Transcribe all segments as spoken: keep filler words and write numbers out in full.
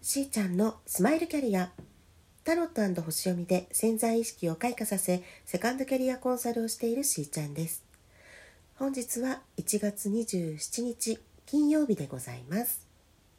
しーちゃんのスマイルキャリア。タロット&星読みで潜在意識を開花させ、セカンドキャリアコンサルをしているしーちゃんです。本日はいちがつにじゅうしちにち金曜日でございます。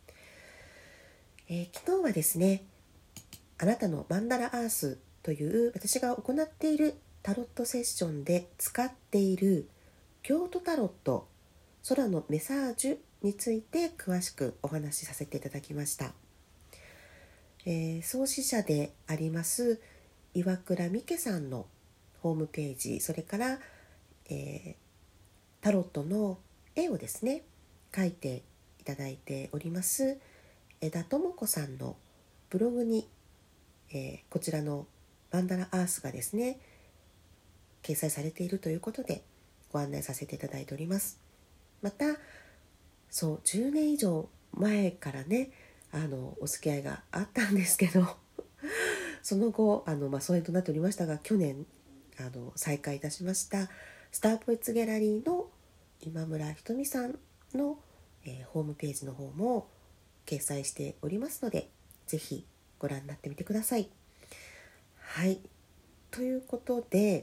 えー、昨日はですね、あなたのマンダラアースという私が行っているタロットセッションで使っている京都タロット空のメサージュについて詳しくお話しさせていただきました。えー、創始者であります岩倉美希さんのホームページ、それから、えー、タロットの絵をですね描いていただいております枝智子さんのブログに、えー、こちらのマンダラアースがですね掲載されているということでご案内させていただいております。またそうじゅうねん以上前からねあのお付き合いがあったんですけどその後あの、まあ、疎遠となっておりましたが、去年あの再開いたしましたスターポイツギャラリーの今村ひとみさんの、えー、ホームページの方も掲載しておりますので、ぜひご覧になってみてください。はい、ということで、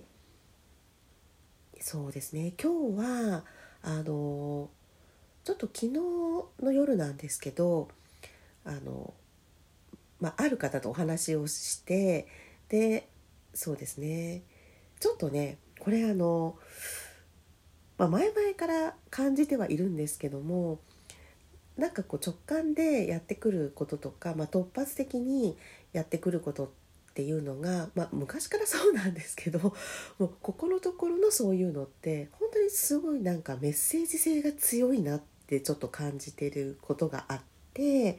そうですね、今日はあのちょっと昨日の夜なんですけど、あの、まあ、ある方とお話をして、でそうですねちょっとねこれあの、まあ、前々から感じてはいるんですけども、なんかこう直感でやってくることとか、まあ、突発的にやってくることっていうのが、まあ、昔からそうなんですけどもうここのところのそういうのって本当にすごいなんかメッセージ性が強いなってちょっと感じてることがあって、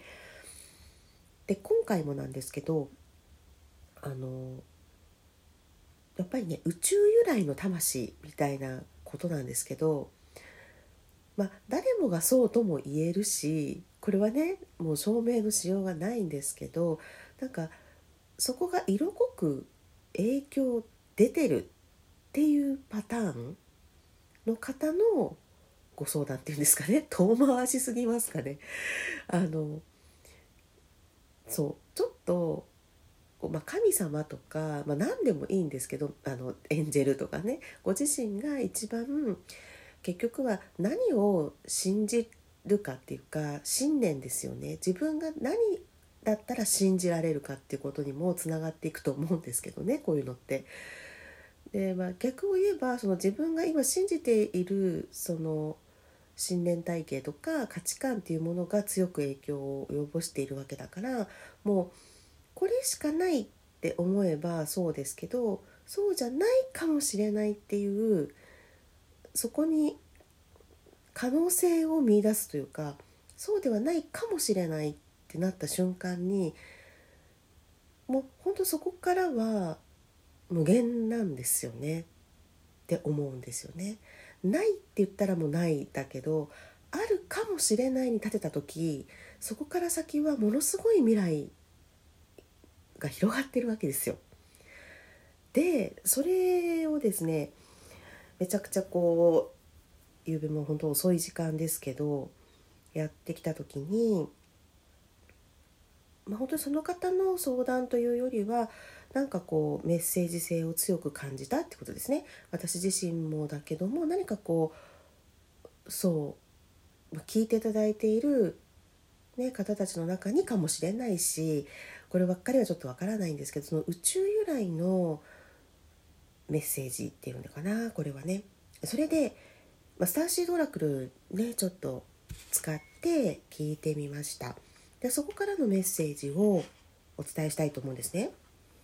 で今回もなんですけどあのやっぱりね宇宙由来の魂みたいなことなんですけど、まあ誰もがそうとも言えるし、これはねもう証明のしようがないんですけど、なんかそこが色濃く影響出てるっていうパターンの方のご相談っていうんですかね、遠回しすぎますかね。あのそうちょっとまあ、神様とか、まあ、何でもいいんですけど、あのエンジェルとかね、ご自身が一番結局は何を信じるかっていうか信念ですよね。自分が何だったら信じられるかっていうことにもつながっていくと思うんですけどね、こういうのって。で、まあ、逆を言えばその自分が今信じているその信念体系とか価値観っていうものが強く影響を及ぼしているわけだから、もうこれしかないって思えばそうですけど、そうじゃないかもしれないっていう、そこに可能性を見出すというか、そうではないかもしれないってなった瞬間にもう本当そこからは無限なんですよねって思うんですよね。ないって言ったらもうないだけど、あるかもしれないに立てた時、そこから先はものすごい未来が広がってるわけですよ。でそれをですねめちゃくちゃこう夕べも本当遅い時間ですけどやってきた時に、まあ、本当にその方の相談というよりはなんかこうメッセージ性を強く感じたってことですね。私自身もだけども、何かこうそう聞いていただいている、ね、方たちの中にかもしれないし、こればっかりはちょっとわからないんですけど、その宇宙由来のメッセージっていうのかな、これはね。それで、まあ、スターシードオラクルねちょっと使って聞いてみました。でそこからのメッセージをお伝えしたいと思うんですね。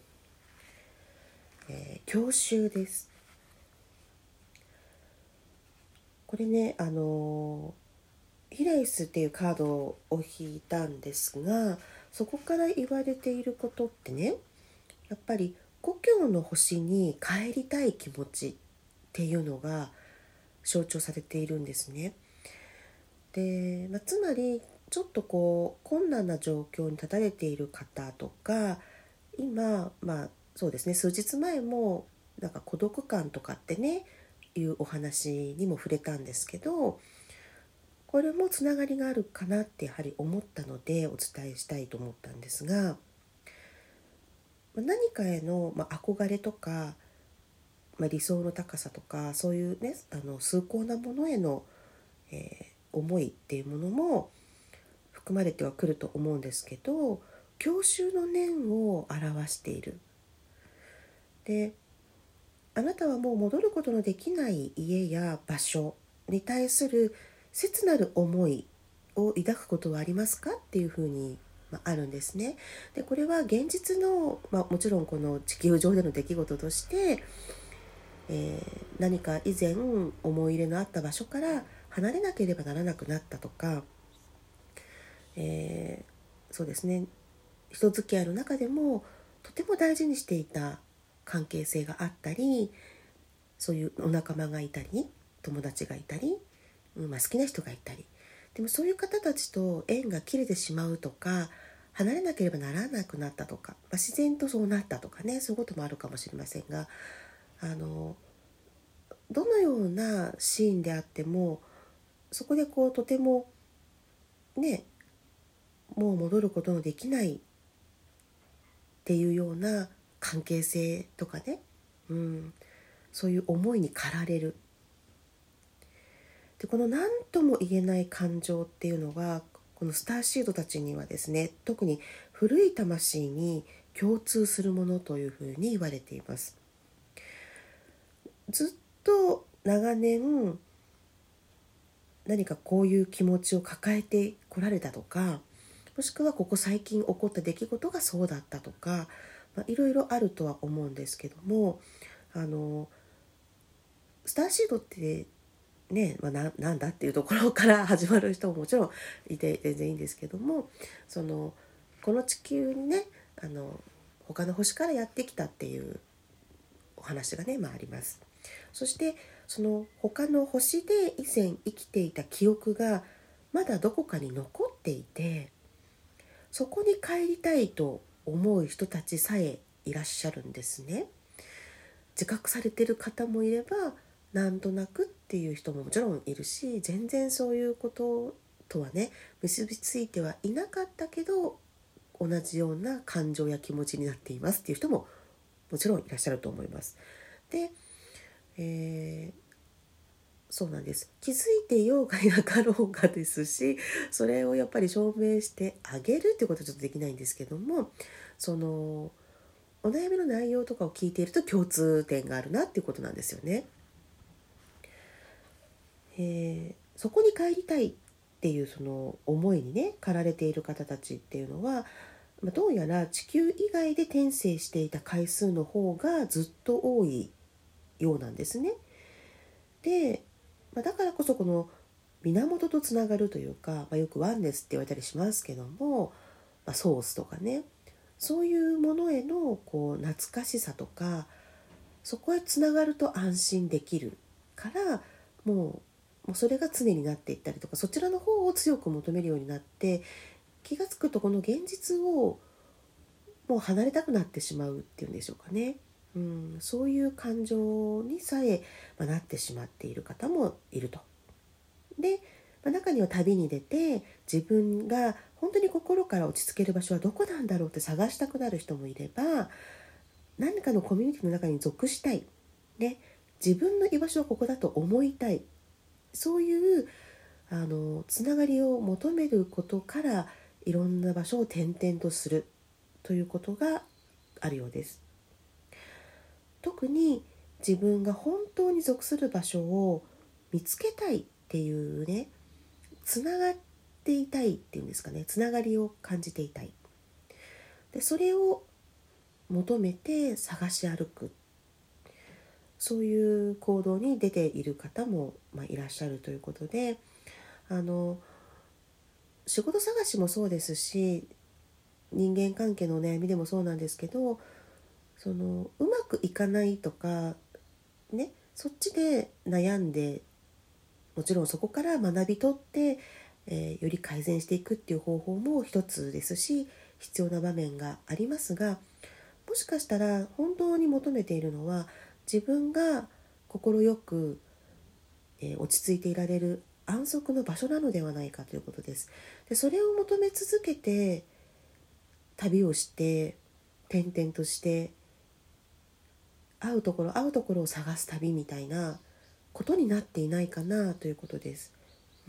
えー、教習です。これねあのー、ヒレイスっていうカードを引いたんですが、そこから言われていることってね、やっぱり故郷の星に帰りたい気持ちっていうのが象徴されているんですね。で、まあ、つまりちょっとこう困難な状況に立たれている方とか、今まあそうですね数日前もなんか孤独感とかってねいうお話にも触れたんですけど、 これもつながりがあるかなってやはり思ったのでお伝えしたいと思ったんですが、何かへの、まあ、憧れとか、まあ、理想の高さとかそういうねあの崇高なものへの、えー思いっていうものも含まれてはくると思うんですけど、郷愁の念を表している。で、あなたはもう戻ることのできない家や場所に対する切なる思いを抱くことはありますかっていうふうに、まあ、あるんですね。で、これは現実の、まあ、もちろんこの地球上での出来事として、えー何か以前思い入れのあった場所から離れなければならなくなったとか、えーそうですね、人付き合いの中でもとても大事にしていた関係性があったり、そういうお仲間がいたり友達がいたり、うんまあ、好きな人がいたり、でもそういう方たちと縁が切れてしまうとか離れなければならなくなったとか、まあ、自然とそうなったとかね、そういうこともあるかもしれませんが、あのどのようなシーンであってもそこでこうとてもねもう戻ることのできないっていうような関係性とかね、うん、そういう思いに駆られる。で、この何とも言えない感情っていうのがこのスターシードたちにはですね、特に古い魂に共通するものというふうに言われています。ずっと長年何かこういう気持ちを抱えてこられたとか、もしくはここ最近起こった出来事がそうだったとか、まあ、いろいろあるとは思うんですけども、あのスターシードってね、まあ、な, なんだっていうところから始まる人ももちろんいて全然いいんですけども、そのこの地球にねあの他の星からやってきたっていうお話がね、まあ、あります。そしてその他の星で以前生きていた記憶がまだどこかに残っていて、そこに帰りたいと思う人たちさえいらっしゃるんですね。自覚されてる方もいればなんとなくっていう人ももちろんいるし、全然そういうこととはね結びついてはいなかったけど同じような感情や気持ちになっていますっていう人ももちろんいらっしゃると思います。で、えーそうなんです。気づいていようがいなかろうがですし、それをやっぱり証明してあげるっていうことはちょっとできないんですけども、そのお悩みの内容とかを聞いていると共通点があるなっていうことなんですよね。えーそこに帰りたいっていうその思いにね駆られている方たちっていうのは、まあ、どうやら地球以外で転生していた回数の方がずっと多いようなんですね。で、まあ、だからこそこの源とつながるというか、まあ、よくワンネスって言われたりしますけども、まあ、ソースとかね、そういうものへのこう懐かしさとか、そこへつながると安心できるからもう、もうそれが常になっていったりとか、そちらの方を強く求めるようになって、気がつくとこの現実をもう離れたくなってしまうっていうんでしょうかね。うん、そういう感情にさえ、まあ、なってしまっている方もいると。で、まあ、中には旅に出て自分が本当に心から落ち着ける場所はどこなんだろうって探したくなる人もいれば、何かのコミュニティの中に属したい、ね、自分の居場所はここだと思いたい、そういうあのつながりを求めることからいろんな場所を転々とするということがあるようです。特に自分が本当に属する場所を見つけたいっていうね、つながっていたいっていうんですかね、つながりを感じていたい。で、それを求めて探し歩く、そういう行動に出ている方も、まあ、いらっしゃるということで、あの仕事探しもそうですし、人間関係のお悩みでもそうなんですけど、そのうまくいかないとかね、そっちで悩んで、もちろんそこから学び取って、えーより改善していくっていう方法も一つですし、必要な場面がありますが、もしかしたら本当に求めているのは自分が心よく、えー落ち着いていられる安息の場所なのではないかということです。でそれを求め続けて旅をして転々として会うところ会うところを探す旅みたいなことになっていないかなということです。うん、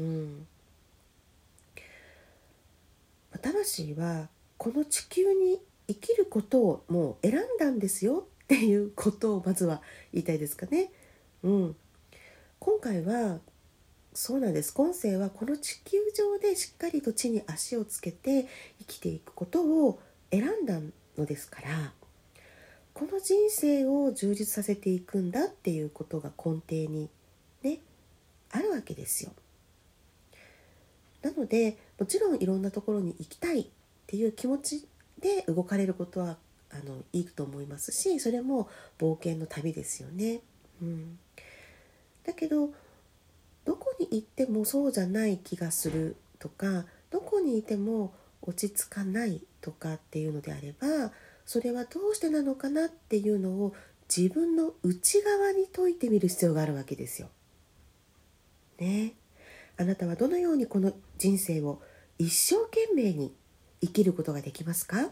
魂はこの地球に生きることをもう選んだんですよっていうことをまずは言いたいですかね。うん、今回はそうなんです。今世はこの地球上でしっかりと地に足をつけて生きていくことを選んだのですから、この人生を充実させていくんだっていうことが根底にねあるわけですよ。なのでもちろんいろんなところに行きたいっていう気持ちで動かれることはあのいいと思いますし、それも冒険の旅ですよね。うん、だけどどこに行ってもそうじゃない気がするとか、どこにいても落ち着かないとかっていうのであれば、それはどうしてなのかなっていうのを自分の内側に解いてみる必要があるわけですよ。ね。あなたはどのようにこの人生を一生懸命に生きることができますか？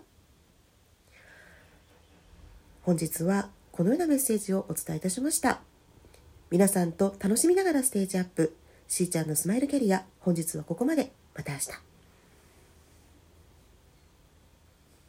本日はこのようなメッセージをお伝えいたしました。皆さんと楽しみながらステージアップ、しーちゃんのスマイルキャリア、本日はここまで。また明日。